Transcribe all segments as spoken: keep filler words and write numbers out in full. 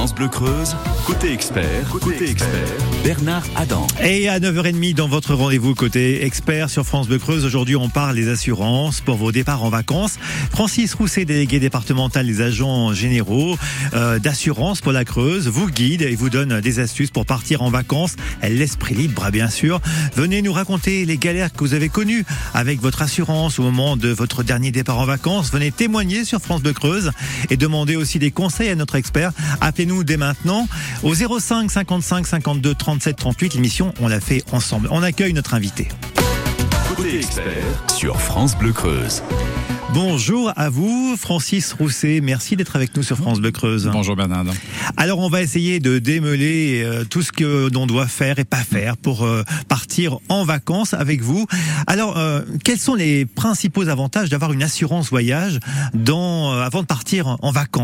France Bleu Creuse, côté expert, côté, côté expert, Bernard Adam. Et à neuf heures trente dans votre rendez-vous côté expert sur France Bleu Creuse, aujourd'hui on parle des assurances pour vos départs en vacances. Francis Rousset, délégué départemental des agents généraux euh, d'assurance pour la Creuse, vous guide et vous donne des astuces pour partir en vacances. L'esprit libre, bien sûr. Venez nous raconter les galères que vous avez connues avec votre assurance au moment de votre dernier départ en vacances. Venez témoigner sur France Bleu Creuse et demandez aussi des conseils à notre expert. Appelez-nous dès maintenant au zéro cinq cinquante-cinq cinquante-deux trente-sept trente-huit. L'émission, on l'a fait ensemble. On accueille notre invité. Côté expert sur France Bleu Creuse. Bonjour à vous, Francis Rousset. Merci d'être avec nous sur France Bleu Creuse. Bonjour Bernard. Alors, on va essayer de démêler euh, tout ce que l'on doit faire et pas faire pour euh, partir en vacances avec vous. Alors, euh, quels sont les principaux avantages d'avoir une assurance voyage dans, euh, avant de partir en vacances ?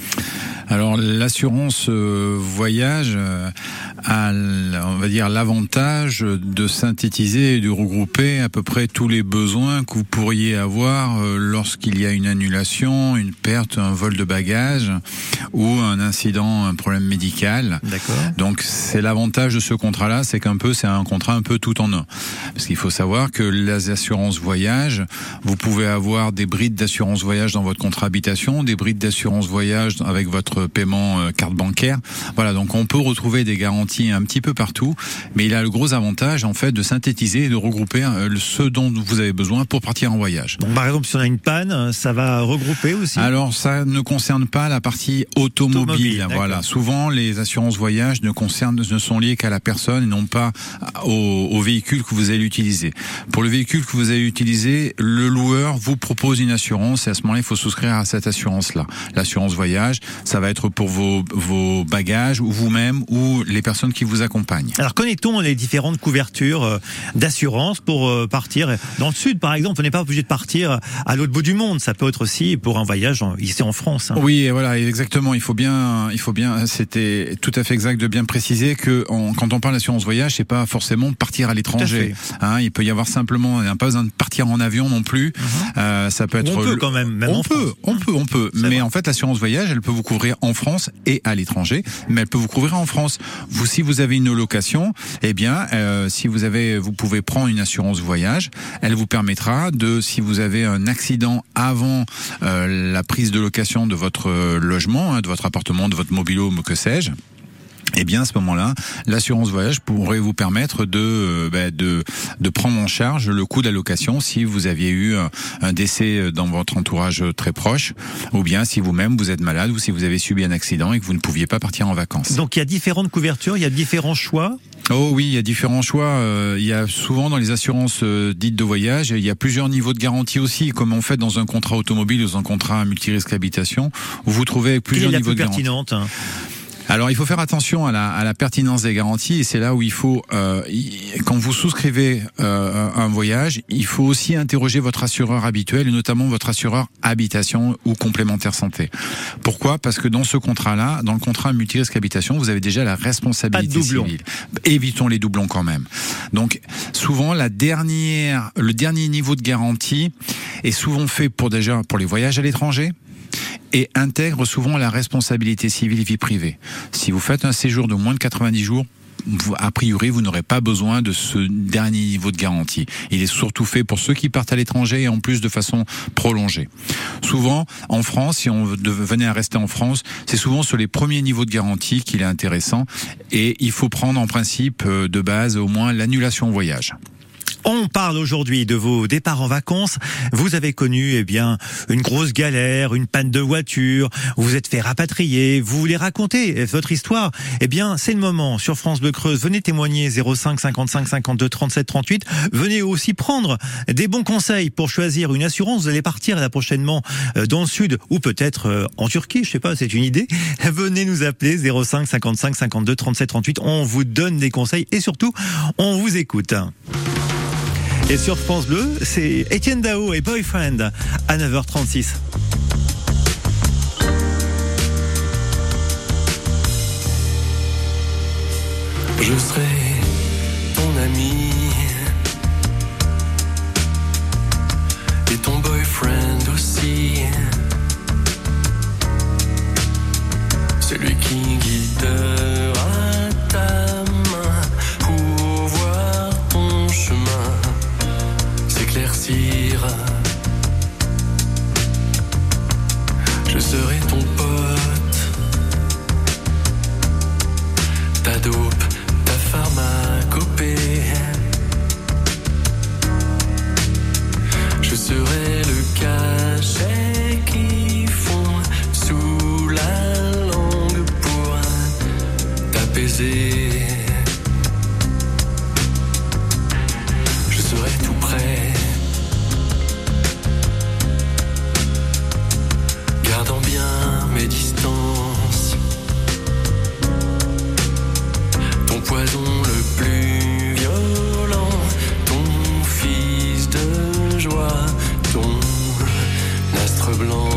Alors l'assurance euh, voyage euh, a, on va dire, l'avantage de synthétiser et de regrouper à peu près tous les besoins que vous pourriez avoir euh, lorsqu'il y a une annulation, une perte, un vol de bagages ou un incident, un problème médical. D'accord. Donc c'est l'avantage de ce contrat-là, c'est qu'un peu c'est un contrat un peu tout en un. Parce qu'il faut savoir que les assurances voyage, vous pouvez avoir des brides d'assurance voyage dans votre contrat habitation, des brides d'assurance voyage avec votre paiement euh, carte bancaire. Voilà, donc on peut retrouver des garanties un petit peu partout, mais il a le gros avantage en fait de synthétiser et de regrouper euh, ce dont vous avez besoin pour partir en voyage. Donc par exemple, si on a une panne, ça va regrouper aussi ? Alors ça ne concerne pas la partie automobile. automobile voilà, souvent les assurances voyage ne concernent, ne sont liées qu'à la personne et non pas au, au véhicule que vous allez utiliser. Pour le véhicule que vous allez utiliser, le loueur vous propose une assurance et à ce moment-là, il faut souscrire à cette assurance-là. L'assurance voyage, ça va être pour vos, vos bagages ou vous-même ou les personnes qui vous accompagnent. Alors connaît-on les différentes couvertures euh, d'assurance pour euh, partir dans le sud par exemple? On n'est pas obligé de partir à l'autre bout du monde, ça peut être aussi pour un voyage en, ici en France. Hein. Oui, voilà, exactement. Il faut bien, il faut bien. C'était tout à fait exact de bien préciser que on, quand on parle d'assurance voyage, c'est pas forcément partir à l'étranger. Hein, il peut y avoir simplement, il n'y a pas besoin de partir en avion non plus. Uh-huh. Euh, ça peut être. On peut quand même. même on, en peut, France. on peut, on peut, on peut. Mais vrai. En fait, l'assurance voyage, elle peut vous couvrir en France et à l'étranger, mais elle peut vous couvrir en France. Vous, si vous avez une location, eh bien, euh, si vous avez, vous pouvez prendre une assurance voyage. Elle vous permettra de, si vous avez un accident avant euh, la prise de location de votre logement, hein, de votre appartement, de votre mobil-home, que sais-je. Eh bien, à ce moment-là, l'assurance voyage pourrait vous permettre de, euh, bah, de, de prendre en charge le coût de la location si vous aviez eu un, un décès dans votre entourage très proche, ou bien si vous-même vous êtes malade ou si vous avez subi un accident et que vous ne pouviez pas partir en vacances. Donc il y a différentes couvertures, il y a différents choix. Oh oui, il y a différents choix. Euh, il y a souvent dans les assurances euh, dites de voyage, il y a plusieurs niveaux de garantie aussi, comme on fait dans un contrat automobile ou dans un contrat multirisque habitation, où vous trouvez plusieurs niveaux de garantie. Quelle est la plus pertinente ? Alors, il faut faire attention à la, à la pertinence des garanties, et c'est là où il faut, euh, quand vous souscrivez euh, un voyage, il faut aussi interroger votre assureur habituel, et notamment votre assureur habitation ou complémentaire santé. Pourquoi ? Parce que dans ce contrat-là, dans le contrat multirisque habitation, vous avez déjà la responsabilité civile. Évitons les doublons quand même. Donc, souvent, la dernière, le dernier niveau de garantie est souvent fait pour déjà pour les voyages à l'étranger, et intègre souvent la responsabilité civile et vie privée. Si vous faites un séjour de moins de quatre-vingt-dix jours, vous, a priori, vous n'aurez pas besoin de ce dernier niveau de garantie. Il est surtout fait pour ceux qui partent à l'étranger et en plus de façon prolongée. Souvent, en France, si on venait à rester en France, c'est souvent sur les premiers niveaux de garantie qu'il est intéressant et il faut prendre en principe de base au moins l'annulation voyage. On parle aujourd'hui de vos départs en vacances. Vous avez connu, eh bien, une grosse galère, une panne de voiture, vous vous êtes fait rapatrier, vous voulez raconter votre histoire. Eh bien, c'est le moment. Sur France Bleu Creuse, venez témoigner zéro cinq cinquante-cinq cinquante-deux trente-sept trente-huit. Venez aussi prendre des bons conseils pour choisir une assurance. Vous allez partir là prochainement dans le sud ou peut-être en Turquie, je sais pas, c'est une idée. Venez nous appeler zéro cinq cinquante-cinq cinquante-deux trente-sept trente-huit. On vous donne des conseils et surtout, on vous écoute. Et sur France Bleu, c'est Étienne Dao et Boyfriend à neuf heures trente-six. Je serai ton ami et ton boyfriend aussi, celui qui qui guidera ta main pour voir ton chemin s'éclaircir. Je serai ton pote, ta dope, ta pharmacopée. Je serai le cachet qui fond sous la langue pour t'apaiser. Je serai tout près, gardant bien mes distances. Ton poison le plus violent, ton fils de joie, ton astre blanc.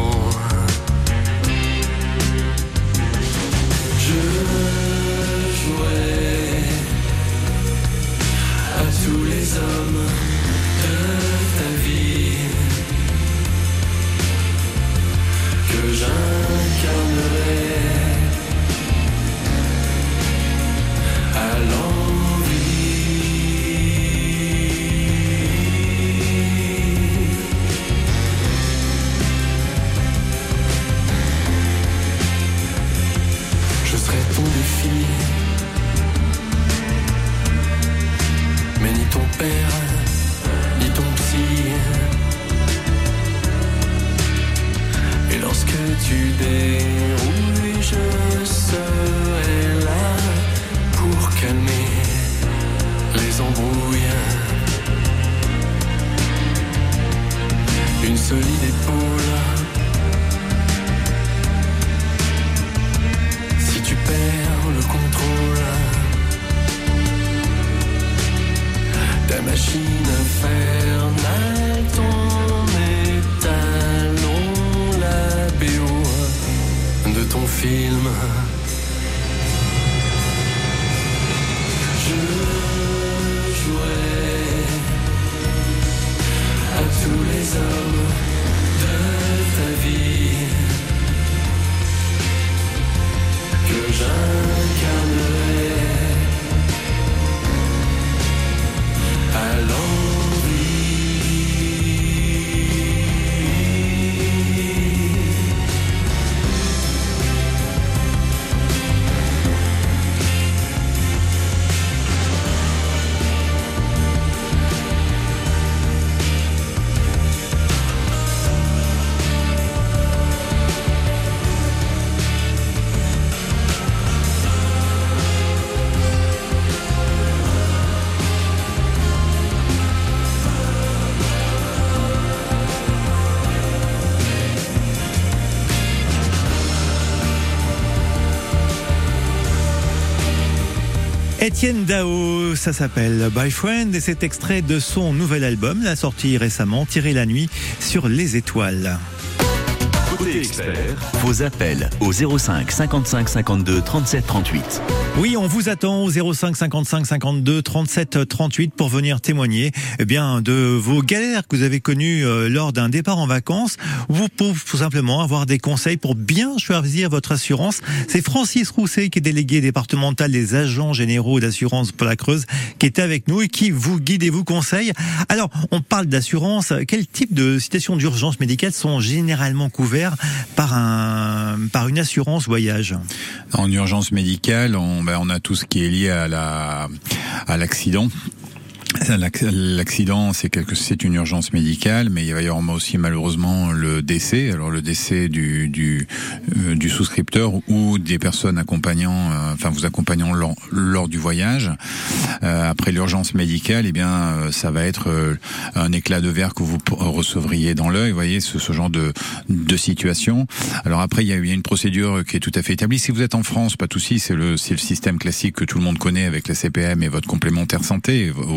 Je jouerai à tous les hommes de ta vie que j'incarnerai à l'envie. Je serai ton défi, mais ni ton père, ni ton psy. Et lorsque tu dérouilles, je serai là pour calmer les embrouilles. Une solide épaule. Si tu perds le contrôle, ta machine infernale, ton étalon, la B O de ton film. Je jouerai à tous les hommes de ta vie que j'incarnerai à l'envie. Étienne Dao, ça s'appelle Boyfriend et c'est extrait de son nouvel album, la sortie récemment, Tirer la nuit sur les étoiles. Côté expert, vos appels au zéro cinq cinquante-cinq cinquante-deux trente-sept trente-huit. Oui, on vous attend au zéro cinq cinquante-cinq cinquante-deux trente-sept trente-huit pour venir témoigner eh bien de vos galères que vous avez connues euh, lors d'un départ en vacances ou pour tout simplement avoir des conseils pour bien choisir votre assurance. C'est Francis Rousset qui est délégué départemental des agents généraux d'assurance pour la Creuse qui est avec nous et qui vous guide et vous conseille. Alors, on parle d'assurance. Quel type de situations d'urgence médicale sont généralement couverts par un par une assurance voyage? En urgence médicale, on, ben, on a tout ce qui est lié à la à l'accident. L'accident, c'est quelque, c'est une urgence médicale, mais il va y avoir aussi malheureusement le décès. Alors le décès du du, euh, du souscripteur ou des personnes accompagnant, euh, enfin vous accompagnant lors, lors du voyage. Euh, après l'urgence médicale, eh bien euh, ça va être euh, un éclat de verre que vous recevriez dans l'œil. Vous voyez ce, ce genre de de situation. Alors après il y a, il y a une procédure qui est tout à fait établie. Si vous êtes en France, pas de souci, c'est le c'est le système classique que tout le monde connaît avec la C P M et votre complémentaire santé ou mutuelle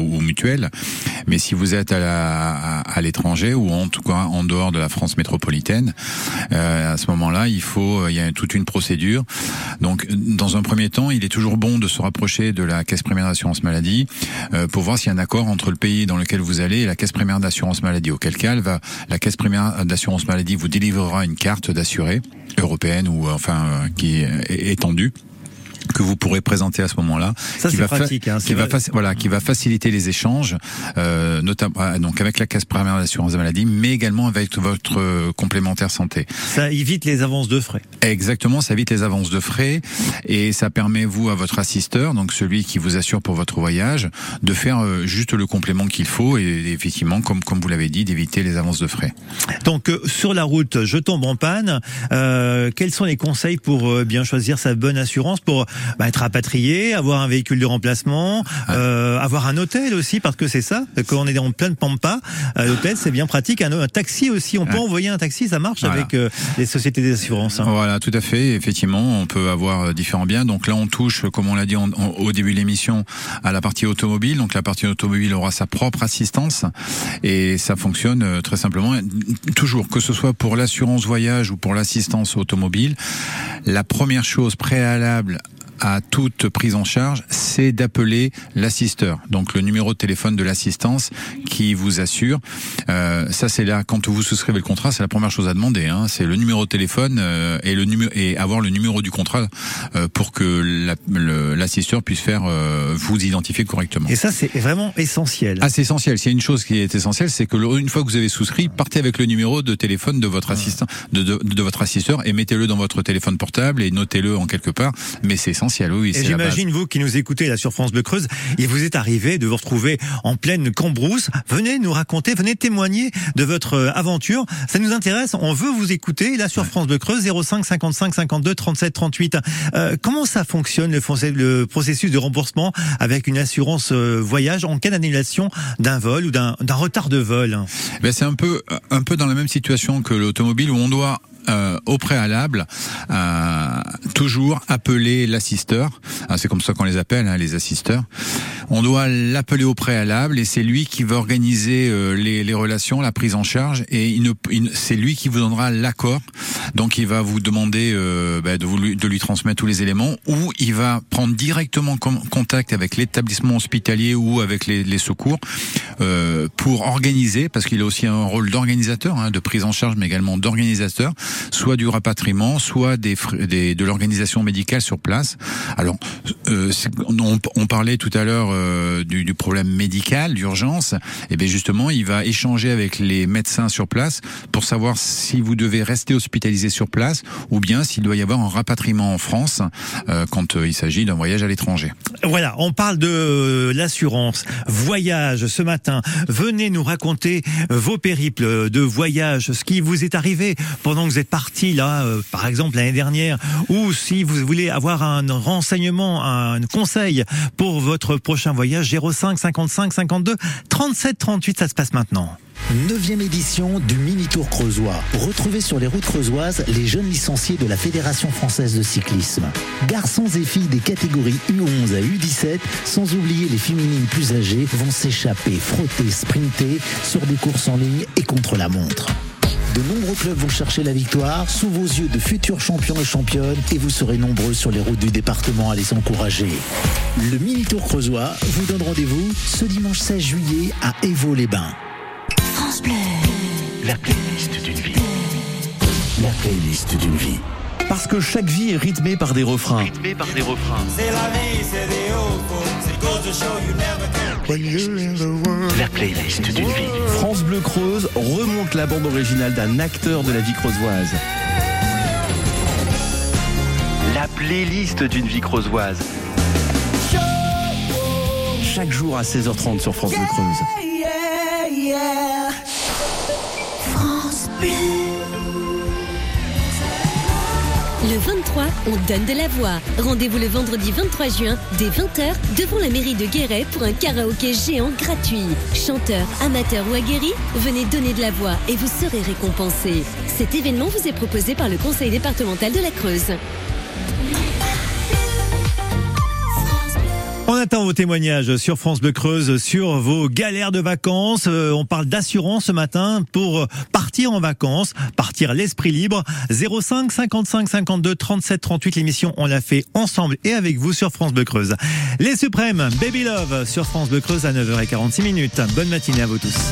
habituelle. Mais si vous êtes à, la, à, à l'étranger ou en tout cas en dehors de la France métropolitaine, euh, à ce moment-là, il faut, il y a toute une procédure. Donc, dans un premier temps, il est toujours bon de se rapprocher de la caisse primaire d'assurance maladie euh, pour voir s'il y a un accord entre le pays dans lequel vous allez et la caisse primaire d'assurance maladie. Auquel cas, elle va, la caisse primaire d'assurance maladie vous délivrera une carte d'assuré européenne ou enfin euh, qui est étendue, que vous pourrez présenter à ce moment-là, ça qui c'est va pratique, hein, qui va faci- voilà, qui va faciliter les échanges, euh, notamment donc avec la caisse primaire d'assurance maladie, mais également avec votre euh, complémentaire santé. Ça évite les avances de frais. Exactement, ça évite les avances de frais et ça permet vous à votre assisteur, donc celui qui vous assure pour votre voyage, de faire euh, juste le complément qu'il faut et, et effectivement, comme comme vous l'avez dit, d'éviter les avances de frais. Donc euh, sur la route, je tombe en panne. Euh, quels sont les conseils pour euh, bien choisir sa bonne assurance pour bah, être rapatrié, avoir un véhicule de remplacement, euh, avoir un hôtel aussi, parce que c'est ça, quand on est en pleine pampa, euh, l'hôtel c'est bien pratique, un, un taxi aussi, on peut ouais. envoyer un taxi, ça marche voilà. avec euh, les sociétés d'assurance. Hein. Voilà, tout à fait, effectivement, on peut avoir différents biens, donc là on touche, comme on l'a dit en, en, au début de l'émission, à la partie automobile, donc la partie automobile aura sa propre assistance, et ça fonctionne euh, très simplement, toujours, que ce soit pour l'assurance voyage ou pour l'assistance automobile, la première chose préalable à toute prise en charge, c'est d'appeler l'assisteur. Donc le numéro de téléphone de l'assistance qui vous assure. Euh, ça c'est là quand vous souscrivez le contrat, c'est la première chose à demander. Hein. C'est le numéro de téléphone euh, et le numéro et avoir le numéro du contrat euh, pour que la, le, l'assisteur puisse faire euh, vous identifier correctement. Et ça c'est vraiment essentiel. Ah c'est essentiel. S'il y a une chose qui est essentielle, c'est que le, une fois que vous avez souscrit, partez avec le numéro de téléphone de votre assistant, de, de, de votre assisteur et mettez-le dans votre téléphone portable et notez-le en quelque part. Mais c'est essentiel. Oui, et j'imagine, vous qui nous écoutez là sur France Bleu Creuse, il vous est arrivé de vous retrouver en pleine cambrousse. Venez nous raconter, venez témoigner de votre aventure. Ça nous intéresse, on veut vous écouter là sur France Bleu Creuse, zéro cinq cinquante-cinq cinquante-deux trente-sept trente-huit. Euh, comment ça fonctionne le, le processus de remboursement avec une assurance euh, voyage en cas d'annulation d'un vol ou d'un, d'un retard de vol? Ben c'est un peu, un peu dans la même situation que l'automobile où on doit Euh, au préalable, euh, toujours appeler l'assisteur. Ah, c'est comme ça qu'on les appelle, hein, les assisteurs. On doit l'appeler au préalable et c'est lui qui va organiser euh, les, les relations, la prise en charge et il ne, il, c'est lui qui vous donnera l'accord. Donc il va vous demander euh, bah, de, vous, de lui transmettre tous les éléments ou il va prendre directement com- contact avec l'établissement hospitalier ou avec les, les secours euh, pour organiser, parce qu'il a aussi un rôle d'organisateur, hein, de prise en charge mais également d'organisateur, soit du rapatriement, soit des, des de l'organisation médicale sur place. Alors, euh, on, on parlait tout à l'heure euh, du, du problème médical, d'urgence. Et bien justement, il va échanger avec les médecins sur place pour savoir si vous devez rester hospitalisé sur place ou bien s'il doit y avoir un rapatriement en France euh, quand euh, il s'agit d'un voyage à l'étranger. Voilà, on parle de euh, l'assurance voyage ce matin. Venez nous raconter vos périples de voyage, ce qui vous est arrivé pendant que vous êtes parti là, euh, par exemple l'année dernière, ou si vous voulez avoir un renseignement, un conseil pour votre prochain voyage, zéro cinq cinquante-cinq cinquante-deux trente-sept trente-huit, ça se passe maintenant. neuvième édition du Mini-Tour Creusois. Retrouvez sur les routes creusoises les jeunes licenciés de la Fédération française de cyclisme. Garçons et filles des catégories U onze à U dix-sept, sans oublier les féminines plus âgées, vont s'échapper, frotter, sprinter sur des courses en ligne et contre la montre. De nombreux clubs vont chercher la victoire sous vos yeux de futurs champions et championnes et vous serez nombreux sur les routes du département à les encourager. Le Mini-Tour Creusois vous donne rendez-vous ce dimanche seize juillet à Évaux-les-Bains. France Bleu. La playlist d'une vie. La playlist d'une vie. Parce que chaque vie est rythmée par des refrains. Rythmée par des refrains. C'est la vie, c'est des hauts, c'est goes to show you never can. La playlist d'une vie. France Bleu Creuse remonte la bande originale d'un acteur de la vie creusoise. La playlist d'une vie creusoise. Chaque jour à seize heures trente sur France Bleu Creuse. France Bleu. Le vingt-trois, on donne de la voix. Rendez-vous le vendredi vingt-trois juin, dès vingt heures, devant la mairie de Guéret pour un karaoké géant gratuit. Chanteurs, amateurs ou aguerris, venez donner de la voix et vous serez récompensés. Cet événement vous est proposé par le conseil départemental de la Creuse. On attend vos témoignages sur France Bleu Creuse, sur vos galères de vacances. Euh, on parle d'assurance ce matin pour partir en vacances, partir l'esprit libre. zéro cinq cinquante-cinq cinquante-deux trente-sept trente-huit, l'émission on l'a fait ensemble et avec vous sur France Bleu Creuse. Les Suprêmes, Baby Love sur France Bleu Creuse à neuf heures quarante-six minutes. Bonne matinée à vous tous.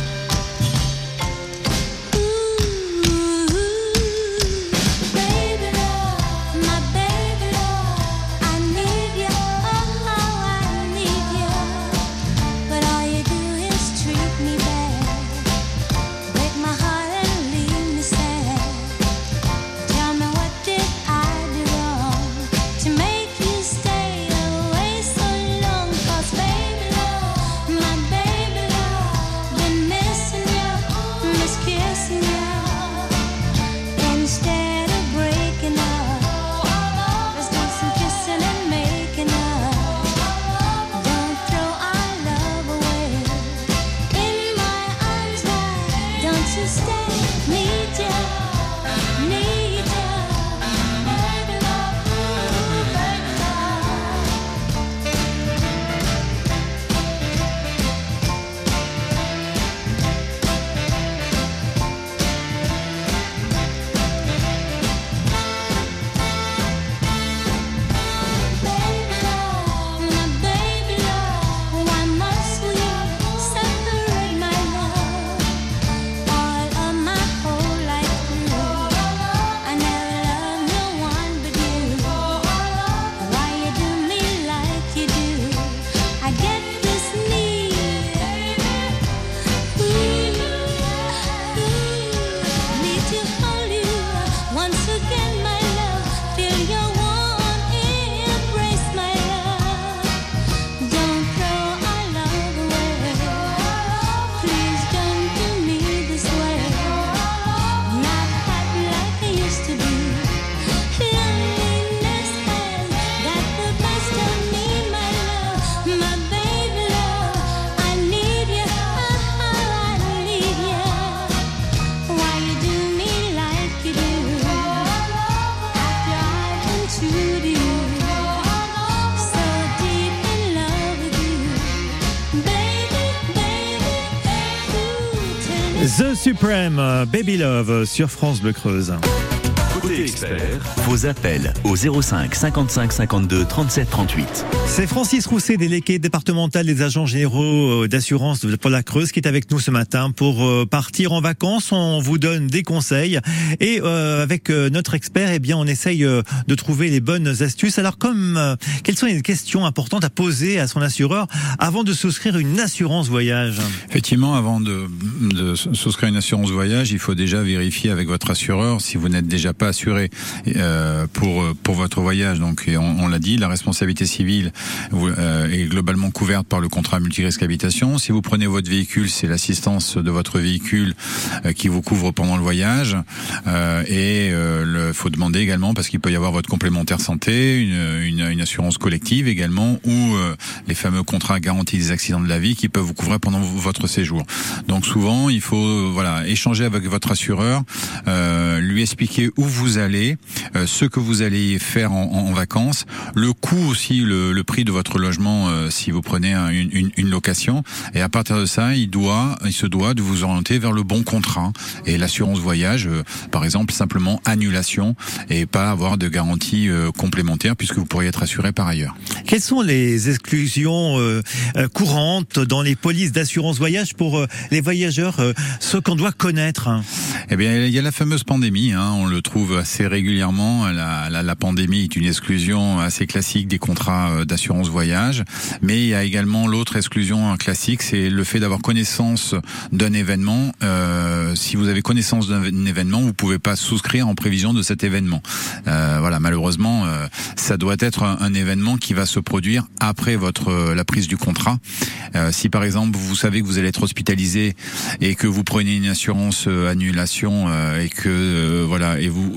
The Supreme, Baby Love sur France Bleu Creuse. Côté expert, vos appels au zéro cinq cinquante-cinq cinquante-deux trente-sept trente-huit. C'est Francis Rousset, délégué départemental des agents généraux d'assurance pour la Creuse, qui est avec nous ce matin pour partir en vacances. On vous donne des conseils et euh, avec notre expert, eh bien, on essaye de trouver les bonnes astuces. Alors, comme euh, quelles sont les questions importantes à poser à son assureur avant de souscrire une assurance voyage? Effectivement, avant de, de souscrire une assurance voyage, il faut déjà vérifier avec votre assureur si vous n'êtes déjà pas assuré euh, pour pour votre voyage. Donc, et on, on l'a dit, la responsabilité civile euh, est globalement couverte par le contrat multirisque habitation. Si vous prenez votre véhicule, c'est l'assistance de votre véhicule euh, qui vous couvre pendant le voyage. Euh, et euh, le faut demander également, parce qu'il peut y avoir votre complémentaire santé, une, une, une assurance collective également, ou euh, les fameux contrats garantis des accidents de la vie qui peuvent vous couvrir pendant votre séjour. Donc souvent, il faut euh, voilà échanger avec votre assureur, euh, lui expliquer où vous allez, euh, ce que vous allez faire en, en vacances, le coût aussi, le, le prix de votre logement euh, si vous prenez un, une, une location. Et à partir de ça, il doit, il se doit de vous orienter vers le bon contrat. Et l'assurance voyage, euh, par exemple, simplement annulation et pas avoir de garantie euh, complémentaire puisque vous pourriez être assuré par ailleurs. Quelles sont les exclusions euh, euh, courantes dans les polices d'assurance voyage pour euh, les voyageurs, euh, ce qu'on doit connaître? Eh bien, il y a la fameuse pandémie, hein, on le trouve assez régulièrement. La, la, la pandémie est une exclusion assez classique des contrats d'assurance voyage, mais il y a également l'autre exclusion classique, c'est le fait d'avoir connaissance d'un événement. Euh, si vous avez connaissance d'un événement, vous pouvez pas souscrire en prévision de cet événement. Euh, voilà, malheureusement, euh, ça doit être un, un événement qui va se produire après votre la prise du contrat. Euh, si par exemple vous savez que vous allez être hospitalisé et que vous prenez une assurance euh, annulation euh, et que euh, voilà et vous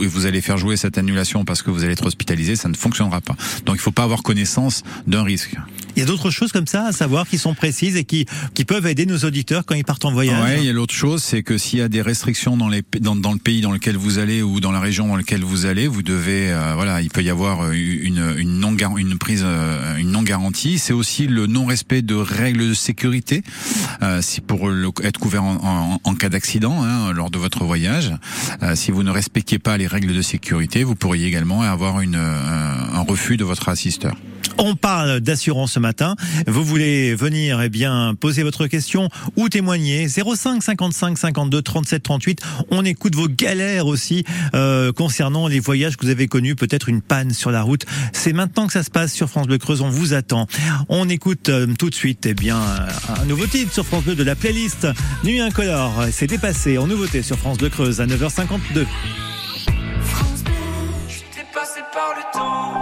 et vous allez faire jouer cette annulation parce que vous allez être hospitalisé, ça ne fonctionnera pas. Donc il faut pas avoir connaissance d'un risque. Il y a d'autres choses comme ça à savoir qui sont précises et qui, qui peuvent aider nos auditeurs quand ils partent en voyage. Ouais, il y a l'autre chose, c'est que s'il y a des restrictions dans, les, dans, dans le pays dans lequel vous allez ou dans la région dans laquelle vous allez, vous devez, euh, voilà, il peut y avoir une, une non une prise, une non garantie. C'est aussi le non respect de règles de sécurité, euh, si pour le, être couvert en, en, en cas d'accident hein, lors de votre voyage. Euh, si vous ne respectiez pas les règles de sécurité, vous pourriez également avoir une, un, un refus de votre assisteur. On parle d'assurance ce matin. Vous voulez venir, eh bien, poser votre question ou témoigner. zéro cinq cinquante-cinq cinquante-deux trente-sept trente-huit. On écoute vos galères aussi euh, concernant les voyages que vous avez connus, peut-être une panne sur la route. C'est maintenant que ça se passe sur France Bleu Creuse. On vous attend. On écoute euh, tout de suite, eh bien, un nouveau titre sur France Bleu de la playlist Nuit Incolore. C'est dépassé en nouveauté sur France Bleu Creuse à neuf heures cinquante-deux. France Bleu, je t'ai passé par le temps.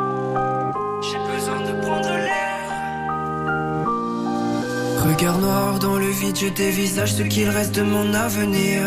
Regard noir dans le vide, je dévisage ce qu'il reste de mon avenir.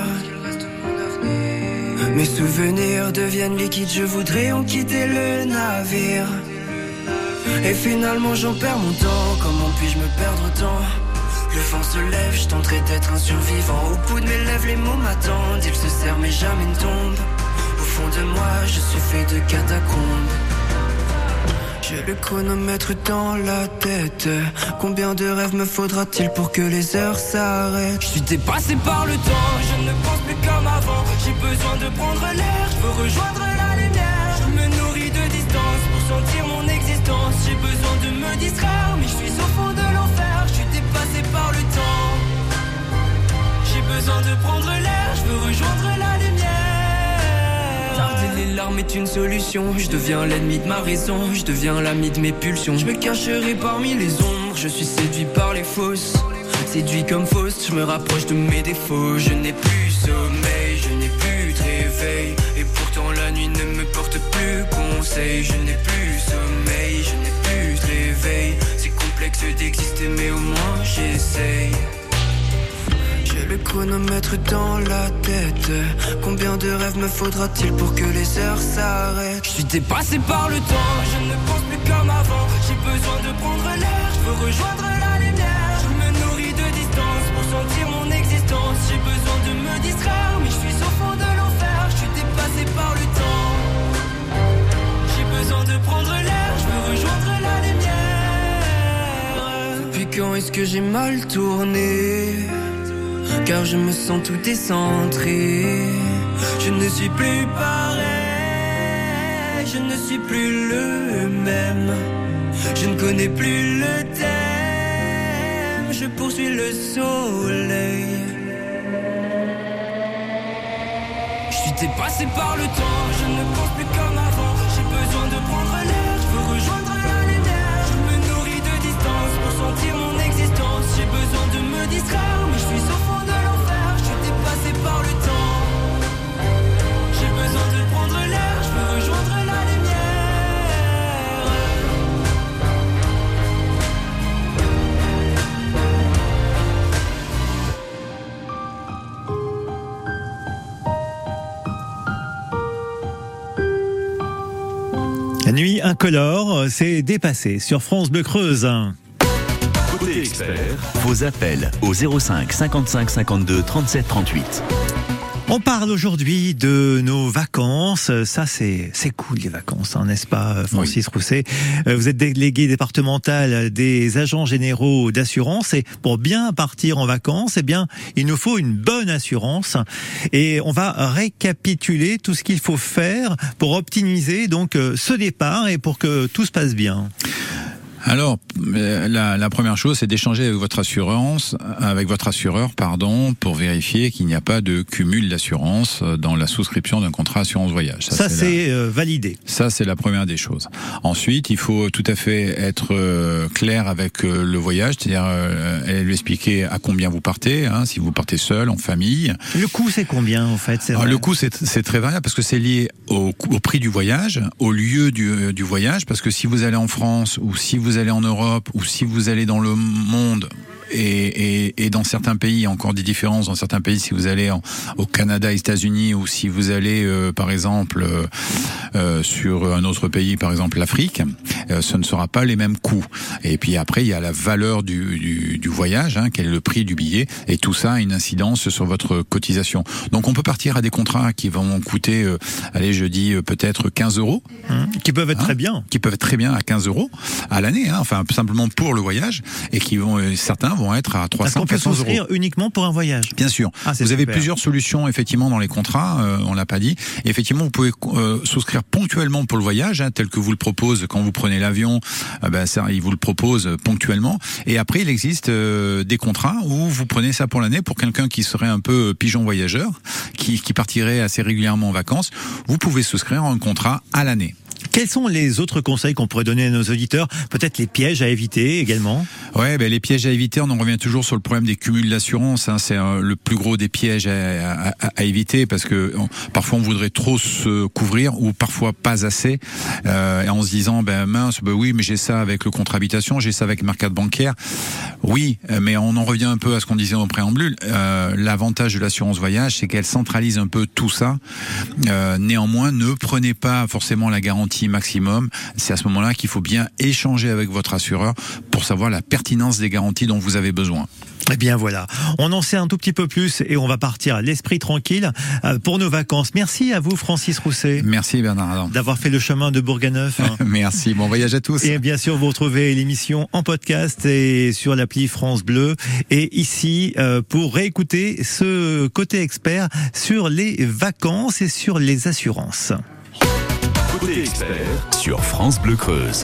Mes souvenirs deviennent liquides, je voudrais en quitter le navire. Et finalement j'en perds mon temps, comment puis-je me perdre autant? Le vent se lève, je tenterai d'être un survivant. Au bout de mes lèvres les mots m'attendent, ils se serrent mais jamais ne tombent. Au fond de moi je suis fait de catacombes. J'ai le chronomètre dans la tête. Combien de rêves me faudra-t-il pour que les heures s'arrêtent? Je suis dépassé par le temps, je ne pense plus comme avant. J'ai besoin de prendre l'air, je veux rejoindre la lumière. Je me nourris de distance pour sentir mon existence. J'ai besoin de me distraire, mais je suis au fond de l'enfer. Je suis dépassé par le temps. J'ai besoin de prendre l'air, je veux rejoindre la lumière. Tarder les larmes est une solution. Je deviens l'ennemi de ma raison, je deviens l'ami de mes pulsions. Je me cacherai parmi les ombres, je suis séduit par les fausses. Séduit comme fausse, je me rapproche de mes défauts. Je n'ai plus sommeil, je n'ai plus de réveil. Et pourtant la nuit ne me porte plus conseil. Je n'ai plus sommeil, je n'ai plus de réveil. C'est complexe d'exister mais au moins j'essaye. Le chronomètre dans la tête. Combien de rêves me faudra-t-il pour que les heures s'arrêtent? Je suis dépassé par le temps, je ne pense plus comme avant. J'ai besoin de prendre l'air, je veux rejoindre la lumière. Je me nourris de distance pour sentir mon existence. J'ai besoin de me distraire, mais je suis au fond de l'enfer. Je suis dépassé par le temps. J'ai besoin de prendre l'air, je veux rejoindre la lumière. Depuis quand est-ce que j'ai mal tourné? Car je me sens tout décentré. Je ne suis plus pareil, je ne suis plus le même. Je ne connais plus le thème, je poursuis le soleil. Je suis dépassé par le temps, je ne pense plus comme avant. J'ai besoin de prendre l'air, je veux rejoindre la lumière. Je me nourris de distance pour sentir mon existence. J'ai besoin de me distraire, mais je suis au fond de l'enfer. Je suis dépassé par le temps. J'ai besoin de prendre l'air, je veux rejoindre la La nuit incolore, c'est dépassé sur France Bleu Creuse. Côté expert, vos appels au zéro cinq cinquante-cinq cinquante-deux trente-sept trente-huit. On parle aujourd'hui de nos vacances. Ça, c'est c'est cool les vacances, hein, n'est-ce pas, Francis oui. Rousset? Vous êtes délégué départemental des agents généraux d'assurance et pour bien partir en vacances, eh bien, il nous faut une bonne assurance. Et on va récapituler tout ce qu'il faut faire pour optimiser donc ce départ et pour que tout se passe bien. Alors, la, la première chose, c'est d'échanger avec votre assurance, avec votre assureur, pardon, pour vérifier qu'il n'y a pas de cumul d'assurance dans la souscription d'un contrat assurance voyage. Ça, ça c'est, c'est la... euh, validé. Ça, c'est la première des choses. Ensuite, il faut tout à fait être euh, clair avec euh, le voyage, c'est-à-dire euh, lui expliquer à combien vous partez, hein, si vous partez seul, en famille. Le coût, c'est combien en fait? C'est Alors, le coût, c'est, c'est très variable parce que c'est lié au, au prix du voyage, au lieu du, du voyage, parce que si vous allez en France ou si vous Vous allez en Europe ou si vous allez dans le monde et, et, et dans certains pays, il y a encore des différences. Dans certains pays, si vous allez en, au Canada, aux États-Unis, ou si vous allez, euh, par exemple, euh, euh, sur un autre pays, par exemple l'Afrique, euh, ce ne sera pas les mêmes coûts. Et puis après, il y a la valeur du, du, du voyage, hein, quel est le prix du billet, et tout ça a une incidence sur votre cotisation. Donc on peut partir à des contrats qui vont coûter, euh, allez, je dis euh, peut-être quinze euros. Mmh, qui peuvent être hein, très bien. Qui peuvent être très bien à quinze euros à l'année, hein, enfin simplement pour le voyage, et qui vont, euh, certains vont être à trois cents, quatre cents euros. Est-ce qu'on peut souscrire uniquement pour un voyage? Bien sûr. Ah, vous avez super. plusieurs solutions effectivement dans les contrats, euh, on l'a pas dit. Et effectivement, vous pouvez euh, souscrire ponctuellement pour le voyage, hein, tel que vous le propose quand vous prenez l'avion. Euh, ben ça, il vous le propose ponctuellement. Et après, il existe euh, des contrats où vous prenez ça pour l'année. Pour quelqu'un qui serait un peu pigeon voyageur, qui, qui partirait assez régulièrement en vacances, vous pouvez souscrire un contrat à l'année. Quels sont les autres conseils qu'on pourrait donner à nos auditeurs? Peut-être les pièges à éviter également? Ouais, ben les pièges à éviter, on en revient toujours sur le problème des cumuls d'assurance. Hein, c'est euh, le plus gros des pièges à, à, à éviter, parce que on, parfois on voudrait trop se couvrir ou parfois pas assez, euh, et en se disant ben mince, ben oui, mais j'ai ça avec le contrat habitation, j'ai ça avec ma carte bancaire. Oui, mais on en revient un peu à ce qu'on disait au préambule. Euh, l'avantage de l'assurance voyage, c'est qu'elle centralise un peu tout ça. Euh, néanmoins, ne prenez pas forcément la garantie maximum. C'est à ce moment-là qu'il faut bien échanger avec votre assureur pour savoir la pertinence des garanties dont vous avez besoin. Eh bien voilà, on en sait un tout petit peu plus et on va partir à l'esprit tranquille pour nos vacances. Merci à vous Francis Rousset. Merci Bernard Adam. D'avoir fait le chemin de Bourganeuf. Hein. Merci, bon voyage à tous. Et bien sûr, vous retrouvez l'émission en podcast et sur l'appli France Bleu. Et ici, euh, pour réécouter ce côté expert sur les vacances et sur les assurances. Côté expert sur France Bleu Creuse.